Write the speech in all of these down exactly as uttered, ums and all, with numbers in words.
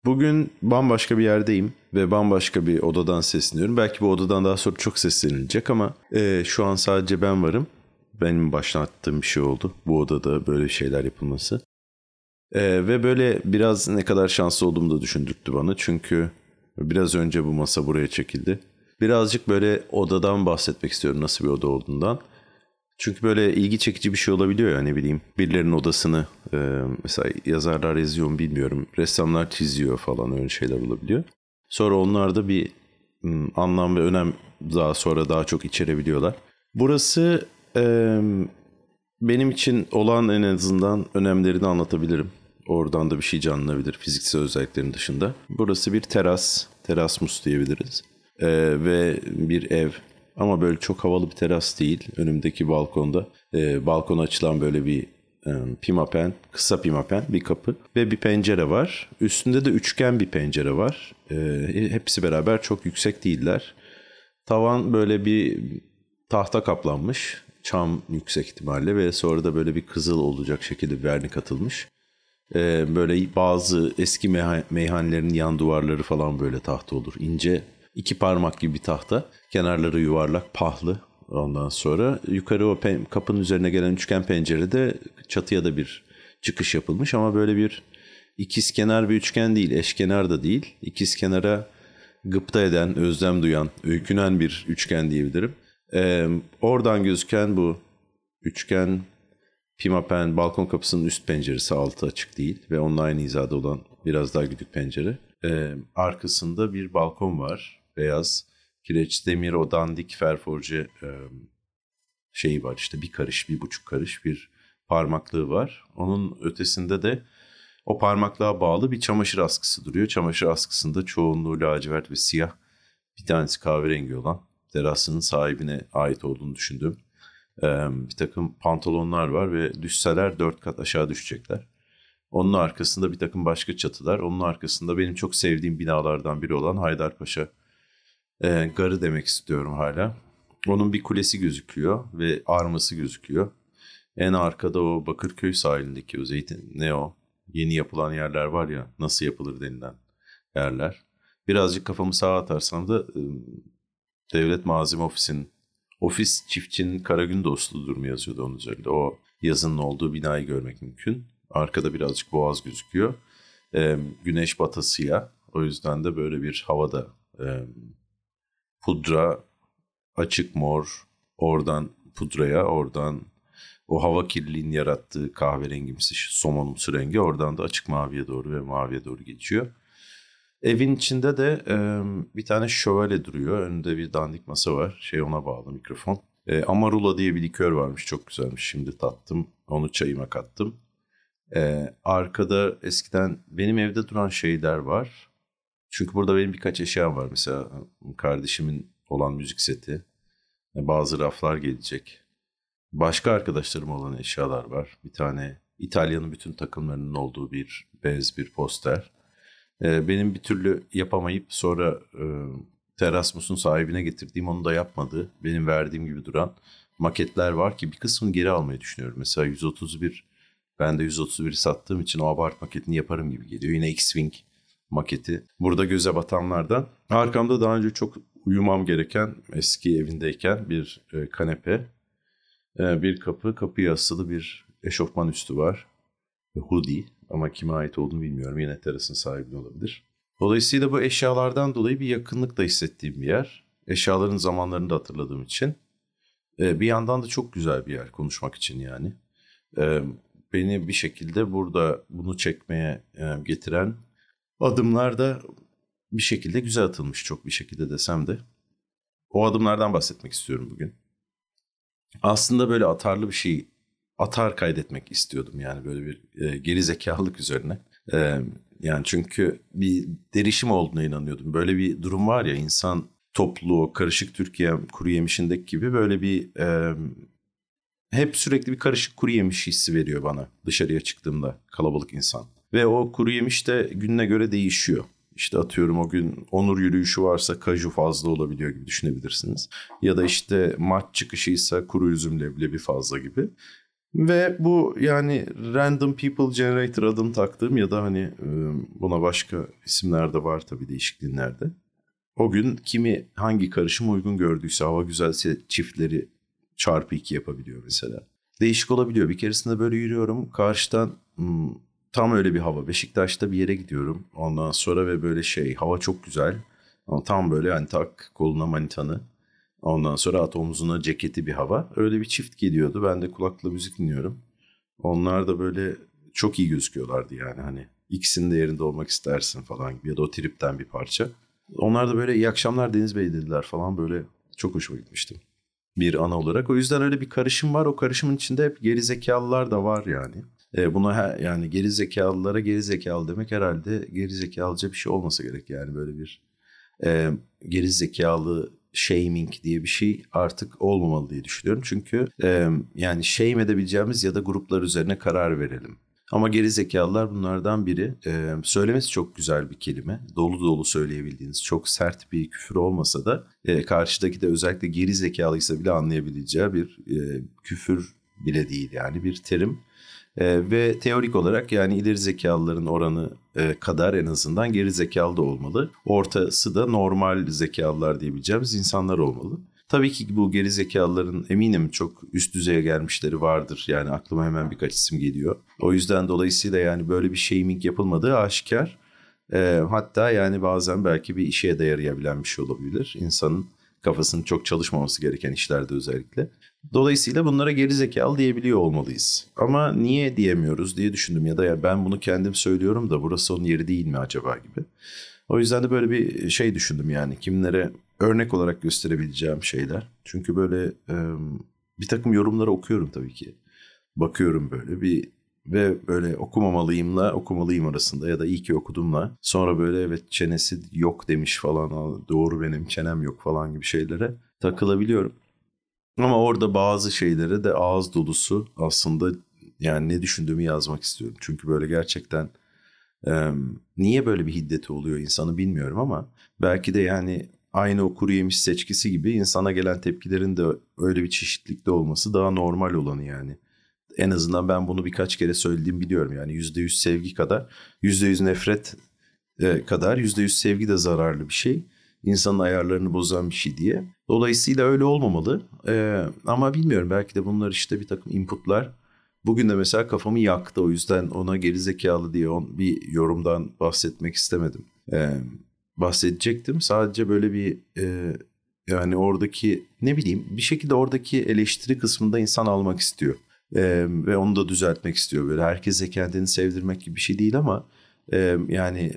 Bugün bambaşka bir yerdeyim ve bambaşka bir odadan sesleniyorum. Belki bu odadan daha sonra çok seslenilecek ama e, şu an sadece ben varım. Benim başlattığım bir şey oldu. Bu odada böyle şeyler yapılması. E, ve böyle biraz ne kadar şanslı olduğumu da düşündürttü bana. Çünkü biraz önce bu masa buraya çekildi. Birazcık böyle odadan bahsetmek istiyorum, nasıl bir oda olduğundan. Çünkü böyle ilgi çekici bir şey olabiliyor ya, ne bileyim. Birilerinin odasını e, mesela yazarlar yazıyor mu bilmiyorum. Ressamlar çiziyor falan, öyle şeyler olabiliyor. Sonra onlar da bir m, anlam ve önem daha sonra daha çok içerebiliyorlar. Burası e, benim için olan en azından önemlerini anlatabilirim. Oradan da bir şey canlanabilir fiziksel özelliklerin dışında. Burası bir teras, terasmus diyebiliriz. E, ve bir ev. Ama böyle çok havalı bir teras değil. Önümdeki balkonda e, balkona açılan böyle bir e, pimapen, kısa pimapen, bir kapı ve bir pencere var. Üstünde de üçgen bir pencere var. E, hepsi beraber çok yüksek değiller. Tavan böyle bir tahta kaplanmış. Çam yüksek ihtimalle ve sonra da böyle bir kızıl olacak şekilde bir vernik atılmış. E, böyle bazı eski meyha- meyhanelerin yan duvarları falan böyle tahta olur. İnce, İki parmak gibi bir tahta. Kenarları yuvarlak, pahlı. Ondan sonra yukarı o pen, kapının üzerine gelen üçgen pencerede çatıya da bir çıkış yapılmış. Ama böyle bir ikizkenar bir üçgen değil, eşkenar da değil. İkizkenara gıpta eden, özlem duyan, öykünen bir üçgen diyebilirim. Ee, oradan gözüken bu üçgen pimapen balkon kapısının üst penceresi, altı açık değil. Ve onunla aynı hizada olan biraz daha küçük pencere. Ee, arkasında bir balkon var. Beyaz kireç demir, o dandik ferforje e, şeyi var, işte bir karış, bir buçuk karış bir parmaklığı var. Onun ötesinde de o parmaklığa bağlı bir çamaşır askısı duruyor. Çamaşır askısında çoğunluğu lacivert ve siyah, bir tanesi kahverengi olan, terasının sahibine ait olduğunu düşündüğüm e, bir takım pantolonlar var ve düşseler dört kat aşağı düşecekler. Onun arkasında bir takım başka çatılar. Onun arkasında benim çok sevdiğim binalardan biri olan Haydarpaşa e, Garı demek istiyorum hala. Onun bir kulesi gözüküyor ve arması gözüküyor. En arkada o Bakırköy sahilindeki o zeytin, ne o? Yeni yapılan yerler var ya, nasıl yapılır denilen yerler. Birazcık kafamı sağa atarsam da e, Devlet Malzeme Ofisi'nin, ofis çiftçinin Karagün dostluğudur mu yazıyordu onun üzerinde. O yazının olduğu binayı görmek mümkün. Arkada birazcık boğaz gözüküyor. E, güneş batasıya. O yüzden de böyle bir havada e, pudra, açık mor, oradan pudraya, oradan o hava kirliliğinin yarattığı kahverengimsi somonumsu rengi, oradan da açık maviye doğru ve maviye doğru geçiyor. Evin içinde de e, bir tane şövalye duruyor. Önünde bir dandik masa var. Şey, ona bağlı mikrofon. E, Amarula diye bir likör varmış. Çok güzelmiş. Şimdi tattım. Onu çayıma kattım. E, arkada eskiden benim evde duran şeyler var. Çünkü burada benim birkaç eşyam var. Mesela kardeşimin olan müzik seti. Bazı raflar gelecek. Başka arkadaşlarım olan eşyalar var. Bir tane İtalya'nın bütün takımlarının olduğu bir bez, bir poster. Ee, benim bir türlü yapamayıp sonra e, Terasmus'un sahibine getirdiğim, onu da yapmadığı, benim verdiğim gibi duran maketler var ki bir kısmını geri almayı düşünüyorum. Mesela yüz otuz bir, ben de yüz otuz biri sattığım için o abart maketini yaparım gibi geliyor. Yine X-Wing maketi. Burada göze batanlardan. Arkamda daha önce çok uyumam gereken, eski evindeyken bir e, kanepe, e, bir kapı, kapıya asılı bir eşofman üstü var. Hoodie, ama kime ait olduğunu bilmiyorum. Yine terasın sahibi olabilir. Dolayısıyla bu eşyalardan dolayı bir yakınlık da hissettiğim bir yer. Eşyaların zamanlarını da hatırladığım için. Ee, bir yandan da çok güzel bir yer konuşmak için yani. Ee, beni bir şekilde burada bunu çekmeye e, getiren adımlar da bir şekilde güzel atılmış, çok bir şekilde desem de. O adımlardan bahsetmek istiyorum bugün. Aslında böyle atarlı bir şey, atar kaydetmek istiyordum yani, böyle bir e, geri zekalılık üzerine. E, yani çünkü bir derişim olduğuna inanıyordum. Böyle bir durum var ya, insan topluluğu, karışık Türkiye kuru yemişindeki gibi böyle bir e, hep sürekli bir karışık kuru yemiş hissi veriyor bana dışarıya çıktığımda, kalabalık insan. Ve o kuru yemiş de gününe göre değişiyor. İşte atıyorum, o gün onur yürüyüşü varsa kaju fazla olabiliyor gibi düşünebilirsiniz. Ya da işte maç çıkışıysa kuru üzüm leblebi fazla gibi. Ve bu yani Random People Generator adını taktığım ya da hani e, buna başka isimler de var tabii değişik dinlerde. O gün kimi hangi karışım uygun gördüyse, hava güzelse çiftleri çarpı iki yapabiliyor mesela. Değişik olabiliyor. Bir keresinde böyle yürüyorum. Karşıdan hmm, tam öyle bir hava. Beşiktaş'ta bir yere gidiyorum. Ondan sonra ve böyle şey hava çok güzel. Ama tam böyle hani tak koluna manitanı. Ondan sonra at omzuna ceketi bir hava. Öyle bir çift geliyordu. Ben de kulakla müzik dinliyorum. Onlar da böyle çok iyi gözüküyorlardı yani hani. İkisinin de yerinde olmak istersin falan gibi ya da o tripten bir parça. Onlar da böyle iyi akşamlar Deniz Bey dediler falan böyle çok hoşuma gitmişti. Bir ana olarak. O yüzden öyle bir karışım var. O karışımın içinde hep geri zekalılar da var yani. E, buna he, yani geri zekalılara geri zekalı demek herhalde geri zekalıca bir şey olmasa gerek yani böyle bir e, geri zekalı shaming diye bir şey artık olmamalı diye düşünüyorum. Çünkü e, yani shame edebileceğimiz ya da gruplar üzerine karar verelim. Ama geri zekalılar bunlardan biri. E, söylemesi çok güzel bir kelime. Dolu dolu söyleyebildiğiniz çok sert bir küfür olmasa da e, karşıdaki de özellikle geri zekalıysa bile anlayabileceği bir e, küfür bile değil yani bir terim. E, ve teorik olarak yani ileri zekalıların oranı e, kadar en azından geri zekalı da olmalı. Ortası da normal zekalılar diyebileceğimiz insanlar olmalı. Tabii ki bu geri zekalıların eminim çok üst düzeye gelmişleri vardır. Yani aklıma hemen birkaç isim geliyor. O yüzden dolayısıyla yani böyle bir shaming yapılmadığı aşikar. E, hatta yani bazen belki bir işe de yarayabilen bir şey olabilir. İnsanın kafasının çok çalışmaması gereken işlerde özellikle. Dolayısıyla bunlara geri zekalı diyebiliyor olmalıyız. Ama niye diyemiyoruz diye düşündüm ya da ya ben bunu kendim söylüyorum da burası onun yeri değil mi acaba gibi. O yüzden de böyle bir şey düşündüm yani kimlere örnek olarak gösterebileceğim şeyler. Çünkü böyle e, bir takım yorumları okuyorum tabii ki. Bakıyorum böyle bir ve böyle okumamalıyımla okumalıyım arasında ya da iyi ki okudumla. Sonra böyle evet çenesi yok demiş falan doğru benim çenem yok falan gibi şeylere takılabiliyorum. Ama orada bazı şeylere de ağız dolusu aslında yani ne düşündüğümü yazmak istiyorum. Çünkü böyle gerçekten e, niye böyle bir hiddeti oluyor insanı bilmiyorum ama belki de yani aynı o kuru yemiş seçkisi gibi insana gelen tepkilerin de öyle bir çeşitlilikte olması daha normal olanı yani. En azından ben bunu birkaç kere söylediğimi biliyorum. Yani yüzde yüz sevgi kadar yüzde yüz nefret e, kadar yüzde yüz sevgi de zararlı bir şey. İnsanın ayarlarını bozan bir şey diye. Dolayısıyla öyle olmamalı. E, ama bilmiyorum belki de bunlar işte bir takım inputlar. Bugün de mesela kafamı yaktı. O yüzden ona gerizekalı diye on, bir yorumdan bahsetmek istemedim. E, bahsedecektim. Sadece böyle bir e, yani oradaki ne bileyim bir şekilde oradaki eleştiri kısmında insan almak istiyor. Ee, ve onu da düzeltmek istiyor böyle. Herkese kendini sevdirmek gibi bir şey değil ama e, yani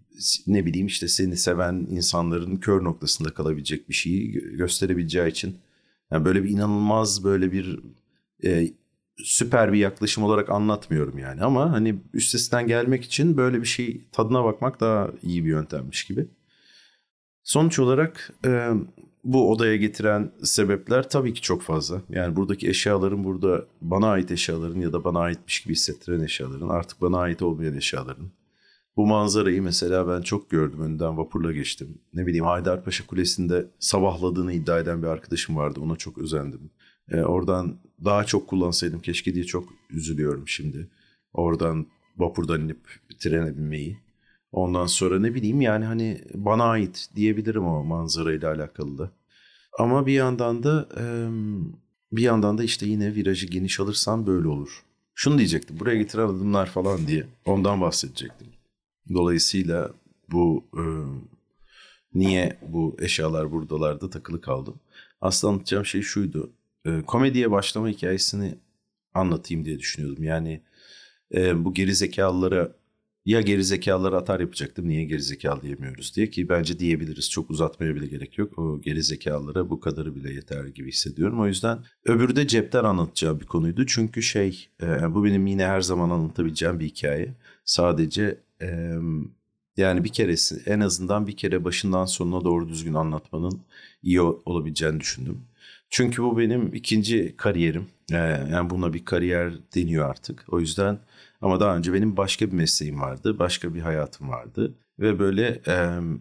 ne bileyim işte seni seven insanların kör noktasında kalabilecek bir şeyi gö- gösterebileceği için. Yani böyle bir inanılmaz böyle bir e, süper bir yaklaşım olarak anlatmıyorum yani. Ama hani üstesinden gelmek için böyle bir şey tadına bakmak daha iyi bir yöntemmiş gibi. Sonuç olarak e, bu odaya getiren sebepler tabii ki çok fazla. Yani buradaki eşyaların burada bana ait eşyaların ya da bana aitmiş gibi hissettiren eşyaların artık bana ait olmayan eşyaların. Bu manzarayı mesela ben çok gördüm. Önden vapurla geçtim. Ne bileyim Haydarpaşa Kulesi'nde sabahladığını iddia eden bir arkadaşım vardı. Ona çok özendim. E, oradan daha çok kullansaydım keşke diye çok üzülüyorum şimdi. Oradan vapurdan inip trene binmeyi. Ondan sonra ne bileyim yani hani bana ait diyebilirim o manzarayla alakalı da. Ama bir yandan da em, bir yandan da işte yine virajı geniş alırsam böyle olur. Şunu diyecektim. Buraya getiren adımlar falan diye. Ondan bahsedecektim. Dolayısıyla bu e, niye bu eşyalar buradalarda takılı kaldım. Aslında anlatacağım şey şuydu. E, komediye başlama hikayesini anlatayım diye düşünüyordum. Yani e, bu gerizekalılara ya gerizekalılara atar yapacaktım. Niye gerizekalı diyemiyoruz diye ki bence diyebiliriz. Çok uzatmaya bile gerek yok. O gerizekalılara bu kadarı bile yeter gibi hissediyorum. O yüzden öbürü de cepten anlatacağım bir konuydu. Çünkü şey e, bu benim yine her zaman anlatabileceğim bir hikaye. Sadece e, yani bir keresi en azından bir kere başından sonuna doğru düzgün anlatmanın iyi ol- olabileceğini düşündüm. Çünkü bu benim ikinci kariyerim. Ee, yani buna bir kariyer deniyor artık. O yüzden ama daha önce benim başka bir mesleğim vardı. Başka bir hayatım vardı. Ve böyle e,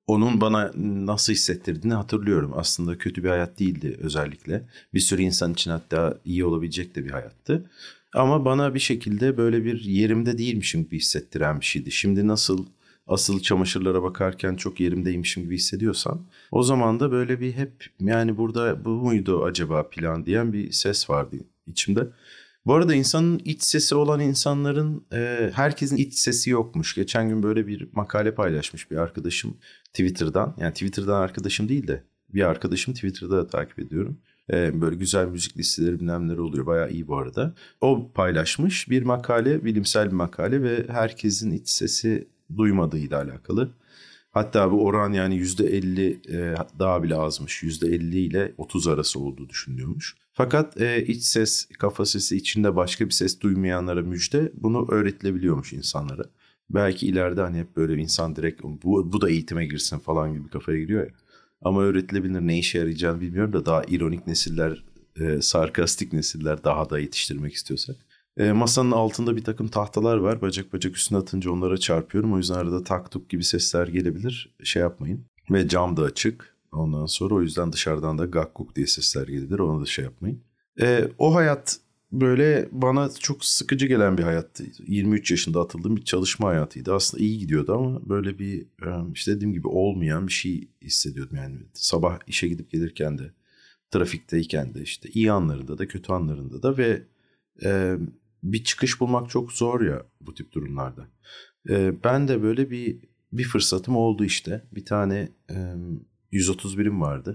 onun bana nasıl hissettirdiğini hatırlıyorum. Aslında kötü bir hayat değildi özellikle. Bir sürü insan için hatta iyi olabilecek de bir hayattı. Ama bana bir şekilde böyle bir yerimde değilmişim gibi hissettiren bir şeydi. Şimdi nasıl asıl çamaşırlara bakarken çok yerimdeymişim gibi hissediyorsam, o zaman da böyle bir hep yani burada bu muydu acaba plan diyen bir ses vardı içimde. Bu arada insanın iç sesi olan insanların e, herkesin iç sesi yokmuş. Geçen gün böyle bir makale paylaşmış bir arkadaşım Twitter'dan. Yani Twitter'dan arkadaşım değil de bir arkadaşım Twitter'da da takip ediyorum. E, böyle güzel müzik listeleri bilmem neler oluyor. Bayağı iyi bu arada. O paylaşmış bir makale, bilimsel bir makale ve herkesin iç sesi duymadığıyla alakalı. Hatta bu oran yani yüzde elli e, daha bile azmış. yüzde elli ile otuz arası olduğu düşünülüyormuş. Fakat e, iç ses, kafa sesi içinde başka bir ses duymayanlara müjde, bunu öğretilebiliyormuş insanlara. Belki ileride hani hep böyle insan direkt bu, bu da eğitime girsin falan gibi kafaya giriyor ya. Ama öğretilebilir, ne işe yarayacağını bilmiyorum da daha ironik nesiller, e, sarkastik nesiller daha da yetiştirmek istiyorsak. E, masanın altında bir takım tahtalar var. Bacak bacak üstüne atınca onlara çarpıyorum. O yüzden arada tak tuk gibi sesler gelebilir. Şey yapmayın. Ve cam da açık. Ondan sonra o yüzden dışarıdan da gakkuk diye sesler gelebilir. Ona da şey yapmayın. E, o hayat böyle bana çok sıkıcı gelen bir hayattı. yirmi üç yaşında atıldığım bir çalışma hayatıydı. Aslında iyi gidiyordu ama böyle bir işte dediğim gibi olmayan bir şey hissediyordum. Yani sabah işe gidip gelirken de, trafikteyken de, işte iyi anlarında da kötü anlarında da ve e, bir çıkış bulmak çok zor ya bu tip durumlarda. E, ben de böyle bir bir fırsatım oldu işte. Bir tane e, yüz otuz birim vardı.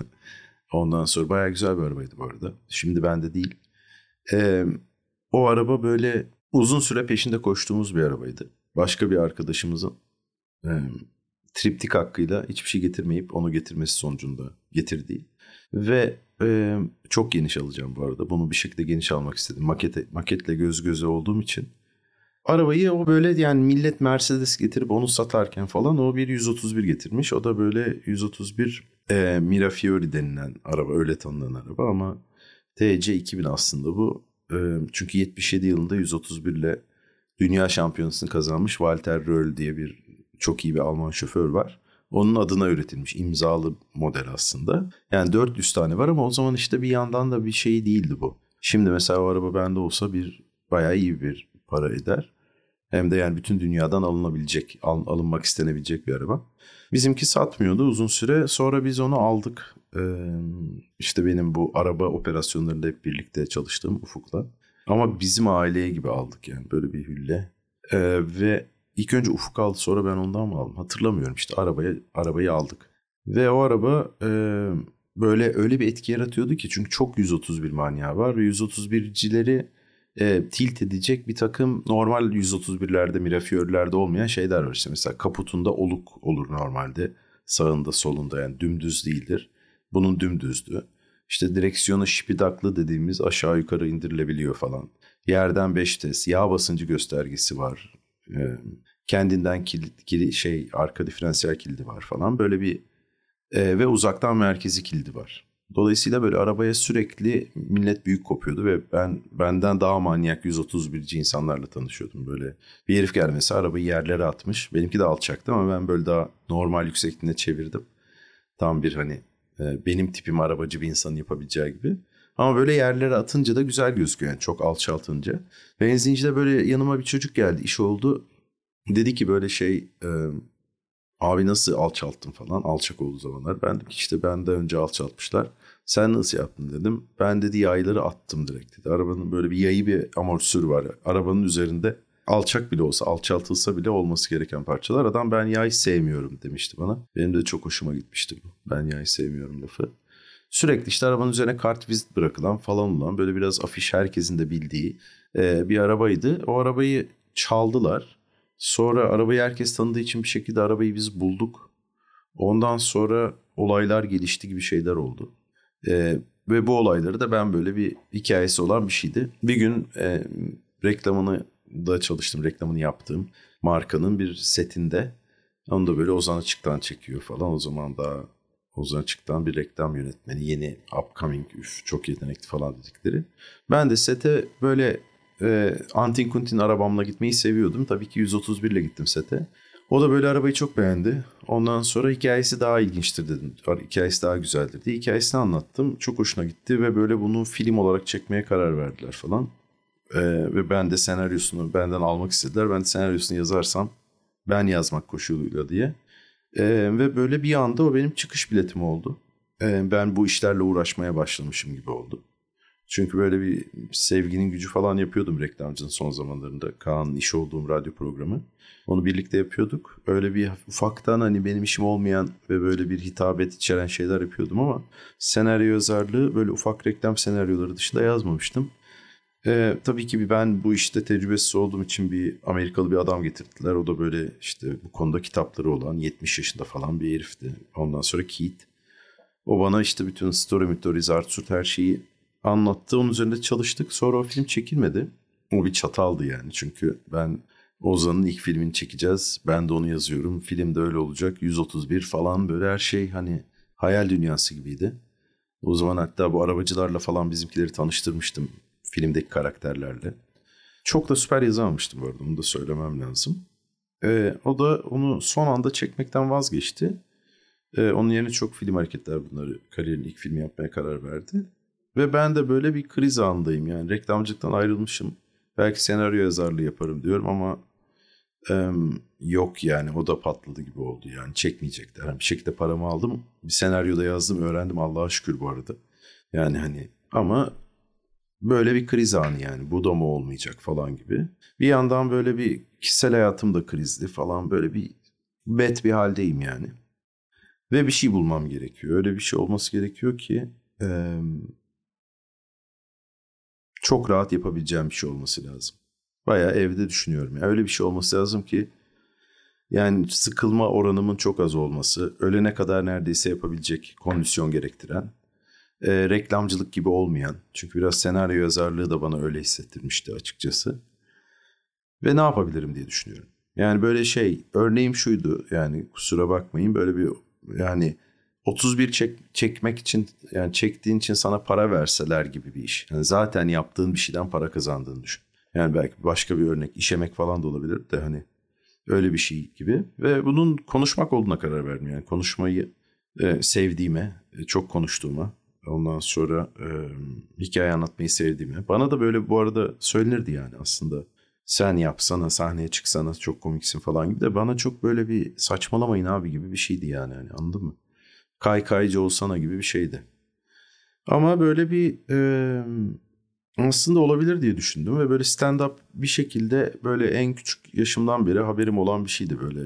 Ondan sonra bayağı güzel bir arabaydı bu arada. Şimdi bende değil. E, o araba böyle uzun süre peşinde koştuğumuz bir arabaydı. Başka bir arkadaşımızın e, triptik hakkıyla hiçbir şey getirmeyip onu getirmesi sonucunda getirdiği. Ve e, çok geniş alacağım bu arada. Bunu bir şekilde geniş almak istedim. Makete, maketle göz göze olduğum için. Arabayı o böyle yani millet Mercedes getirip onu satarken falan o bir yüz otuz bir getirmiş. O da böyle yüz otuz bir e, Mirafiori denilen araba, öyle tanınan araba ama T C iki bin aslında bu. E, çünkü yetmiş yedi yılında yüz otuz bir ile dünya şampiyonasını kazanmış Walter Röhrl diye bir çok iyi bir Alman şoför var. Onun adına üretilmiş imzalı model aslında. Yani dört yüz tane var ama o zaman işte bir yandan da bir şey değildi bu. Şimdi mesela o araba bende olsa bir bayağı iyi bir para eder. Hem de yani bütün dünyadan alınabilecek, al, alınmak istenebilecek bir araba. Bizimki satmıyordu uzun süre. Sonra biz onu aldık. Ee, işte benim bu araba operasyonlarında hep birlikte çalıştığım Ufuk'la. Ama bizim aileye gibi aldık yani böyle bir hülle. Ee, ve ilk önce Ufuk aldı, sonra ben ondan mı aldım hatırlamıyorum. İşte arabayı, arabayı aldık. Ve o araba e, böyle öyle bir etki yaratıyordu ki, çünkü çok yüz otuz bir manyağı var ve yüz otuz bircileri e, tilt edecek bir takım normal yüz otuz birlerde, Mirafiori'lerde olmayan şeyler var. İşte mesela kaputunda oluk olur normalde, sağında solunda, yani dümdüz değildir. Bunun dümdüzdü. İşte direksiyonu şipidaklı dediğimiz aşağı yukarı indirilebiliyor falan. Yerden beş vites, yağ basıncı göstergesi var. Ee, kendinden kilit, kilit şey arka diferansiyel kilidi var falan. Böyle bir e, ve uzaktan merkezi kilidi var. Dolayısıyla böyle arabaya sürekli millet büyük kopuyordu ve ben benden daha manyak yüz otuz birci insanlarla tanışıyordum. Böyle bir herif geldi mesela, arabayı yerlere atmış. Benimki de alçaktı ama ben böyle daha normal yüksekliğine çevirdim. Tam bir hani e, benim tipim arabacı bir insanın yapabileceği gibi. Ama böyle yerlere atınca da güzel gözüküyor yani, çok alçaltınca. Benzincide böyle yanıma bir çocuk geldi, iş oldu. Dedi ki böyle şey e, abi nasıl alçalttın falan, alçak olduğu zamanlar. Ben dedim ki işte benden önce alçaltmışlar. Sen nasıl yaptın dedim. Ben dedi yayları attım direkt dedi. Arabanın böyle bir yayı, bir amortisörü var. Arabanın üzerinde alçak bile olsa, alçaltılsa bile olması gereken parçalar. Adam ben yay sevmiyorum demişti bana. Benim de çok hoşuma gitmişti bu. Ben yay sevmiyorum lafı. Sürekli işte arabanın üzerine kartvizit bırakılan falan olan böyle biraz afiş, herkesin de bildiği e, bir arabaydı. O arabayı çaldılar. Sonra arabayı herkes tanıdığı için bir şekilde arabayı biz bulduk. Ondan sonra olaylar gelişti gibi şeyler oldu. E, ve bu olayları da ben böyle bir hikayesi olan bir şeydi. Bir gün e, reklamını da çalıştım, reklamını yaptığım markanın bir setinde. Onu da böyle Ozan Açık'tan çekiyor falan. O zaman daha Ozan Açık'tan bir reklam yönetmeni, yeni upcoming, üf çok yetenekli falan dedikleri. Ben de sete böyle e, Antin Kuntin arabamla gitmeyi seviyordum. Tabii ki yüz otuz bir ile gittim sete. O da böyle arabayı çok beğendi. Ondan sonra hikayesi daha ilginçtir dedim. Hikayesi daha güzeldir diye hikayesini anlattım. Çok hoşuna gitti ve böyle bunu film olarak çekmeye karar verdiler falan. Ee, ve ben de senaryosunu benden almak istediler. Ben de senaryosunu yazarsam ben yazmak koşuluyla diye. Ee, ve böyle bir anda o benim çıkış biletim oldu. Ee, ben bu işlerle uğraşmaya başlamışım gibi oldu. Çünkü böyle bir Sevginin Gücü falan yapıyordum reklamcının son zamanlarında. Kaan'ın iş olduğum radyo programı. Onu birlikte yapıyorduk. Öyle bir ufaktan hani benim işim olmayan ve böyle bir hitabet içeren şeyler yapıyordum ama senaryo yazarlığı böyle ufak reklam senaryoları dışında yazmamıştım. Ee, tabii ki ben bu işte tecrübesiz olduğum için bir Amerikalı bir adam getirdiler. O da böyle işte bu konuda kitapları olan yetmiş yaşında falan bir herifti. Ondan sonra Keith. O bana işte bütün story mitori, zart surt her şeyi anlattı. Onun üzerinde çalıştık. Sonra o film çekilmedi. O bir çataldı yani. Çünkü ben Ozan'ın ilk filmini çekeceğiz. Ben de onu yazıyorum. Film de öyle olacak. yüz otuz bir falan böyle her şey hani hayal dünyası gibiydi. O zaman hatta bu arabacılarla falan bizimkileri tanıştırmıştım. Filmdeki karakterlerle. Çok da süper yazamamıştım bu arada. Onu da söylemem lazım. Ee, o da onu son anda çekmekten vazgeçti. Ee, onun yerine çok film hareketler bunları kariyerin ilk filmi yapmaya karar verdi. Ve ben de böyle bir kriz anındayım yani reklamcılıktan ayrılmışım. Belki senaryo yazarlığı yaparım diyorum ama e, yok yani o da patladı gibi oldu yani çekmeyecekler. Yani bir şekilde paramı aldım, bir senaryoda yazdım, öğrendim Allah'a şükür bu arada. Yani hani ama böyle bir kriz anı yani bu da mı olmayacak falan gibi. Bir yandan böyle bir kişisel hayatım da krizli falan böyle bir bet bir haldeyim yani. Ve bir şey bulmam gerekiyor. Öyle bir şey olması gerekiyor ki e, çok rahat yapabileceğim bir şey olması lazım. Bayağı evde düşünüyorum. Yani öyle bir şey olması lazım ki yani sıkılma oranımın çok az olması, ölene kadar neredeyse yapabilecek kondisyon gerektiren, e, reklamcılık gibi olmayan. Çünkü biraz senaryo yazarlığı da bana öyle hissettirmişti açıkçası. Ve ne yapabilirim diye düşünüyorum. Yani böyle şey, örneğim şuydu yani kusura bakmayın böyle bir yani otuz bir çek, çekmek için yani çektiğin için sana para verseler gibi bir iş. Yani zaten yaptığın bir şeyden para kazandığını düşün. Yani belki başka bir örnek işemek falan da olabilir de hani öyle bir şey gibi. Ve bunun konuşmak olduğuna karar verdim. Yani konuşmayı e, sevdiğime, e, çok konuştuğuma, ondan sonra e, hikaye anlatmayı sevdiğime. Bana da böyle bu arada söylenirdi yani aslında. Sen yapsana, sahneye çıksana çok komiksin falan gibi de bana çok böyle bir saçmalamayın abi gibi bir şeydi yani, hani anladın mı? Kaykaycı olsana gibi bir şeydi. Ama böyle bir e, aslında olabilir diye düşündüm ve böyle stand-up bir şekilde böyle en küçük yaşımdan beri haberim olan bir şeydi böyle.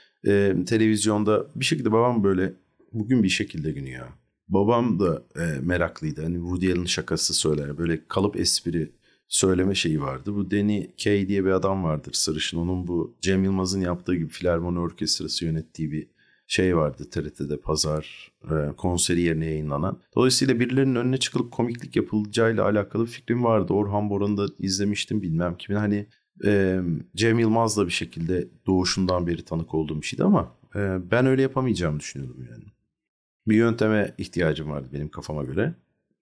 E, televizyonda bir şekilde babam böyle bugün bir şekilde günü ya. Babam da e, meraklıydı. Hani Woody Allen şakası söyler. Böyle kalıp espri söyleme şeyi vardı. Bu Danny Kaye diye bir adam vardır sarışın. Onun bu Cem Yılmaz'ın yaptığı gibi filarmoni orkestrası yönettiği bir şey vardı T R T'de pazar e, konseri yerine yayınlanan. Dolayısıyla birilerinin önüne çıkılıp komiklik yapılacağıyla alakalı bir fikrim vardı. Orhan Boran'ı da izlemiştim bilmem kimin. Hani e, Cem Yılmaz'la bir şekilde doğuşundan beri tanık olduğum bir şeydi ama e, ben öyle yapamayacağımı düşünüyordum yani. Bir yönteme ihtiyacım vardı benim kafama göre.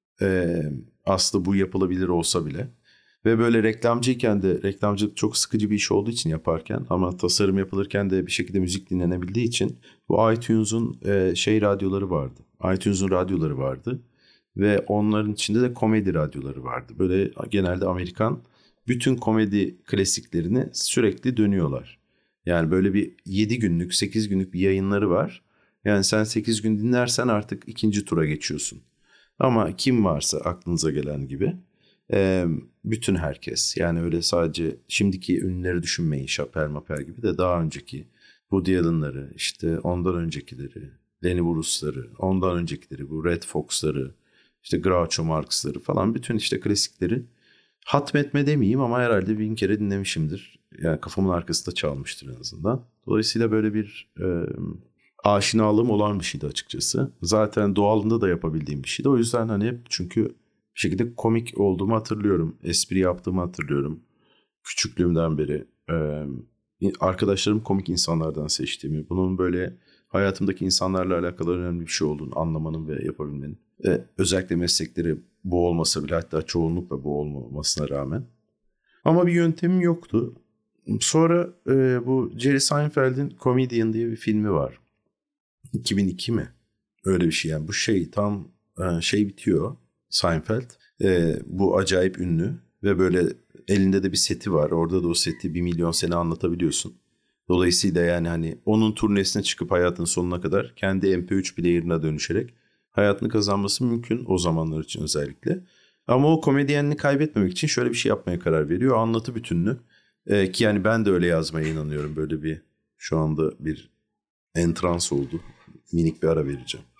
E, aslında bu yapılabilir olsa bile. Ve böyle reklamcıyken de reklamcılık çok sıkıcı bir iş olduğu için yaparken ama tasarım yapılırken de bir şekilde müzik dinlenebildiği için bu iTunes'un e, şey radyoları vardı. iTunes'un radyoları vardı ve onların içinde de komedi radyoları vardı. Böyle genelde Amerikan bütün komedi klasiklerini sürekli dönüyorlar. Yani böyle bir yedi günlük sekiz günlük bir yayınları var. Yani sen sekiz gün dinlersen artık ikinci tura geçiyorsun. Ama kim varsa aklınıza gelen gibi e, bütün herkes yani öyle sadece şimdiki ünlüleri düşünmeyin Chappelle Mapper gibi de daha önceki Woody Allen'ları işte ondan öncekileri Lenny Bruce'ları ondan öncekileri bu Red Fox'ları işte Groucho Marx'ları falan bütün işte klasikleri hatmetme demeyeyim ama herhalde bin kere dinlemişimdir. Yani kafamın arkasında çalmıştır en azından. Dolayısıyla böyle bir e, aşinalığım olan bir şeydi açıkçası. Zaten doğalında da yapabildiğim bir şeydi. O yüzden hani hep çünkü bir şekilde komik olduğumu hatırlıyorum. Espri yaptığımı hatırlıyorum. Küçüklüğümden beri. Ee, arkadaşlarım komik insanlardan seçtiğimi, bunun böyle hayatımdaki insanlarla alakalı önemli bir şey olduğunu anlamanın ve yapabilmenin. Ee, özellikle meslekleri bu olmasa bile hatta çoğunlukla bu olmamasına rağmen. Ama bir yöntemim yoktu. Sonra e, bu Jerry Seinfeld'in Comedian diye bir filmi var. iki bin iki mi? Öyle bir şey yani. Bu şey tam e, şey bitiyor. Seinfeld. E, bu acayip ünlü ve böyle elinde de bir seti var. Orada da o seti bir milyon sene anlatabiliyorsun. Dolayısıyla yani hani onun turnesine çıkıp hayatın sonuna kadar kendi M P üç player'ına dönüşerek hayatını kazanması mümkün o zamanlar için özellikle. Ama o komedyenliğini kaybetmemek için şöyle bir şey yapmaya karar veriyor. Anlatı bütününü e, ki yani ben de öyle yazmaya inanıyorum. Böyle bir şu anda bir entrans oldu. Minik bir ara vereceğim.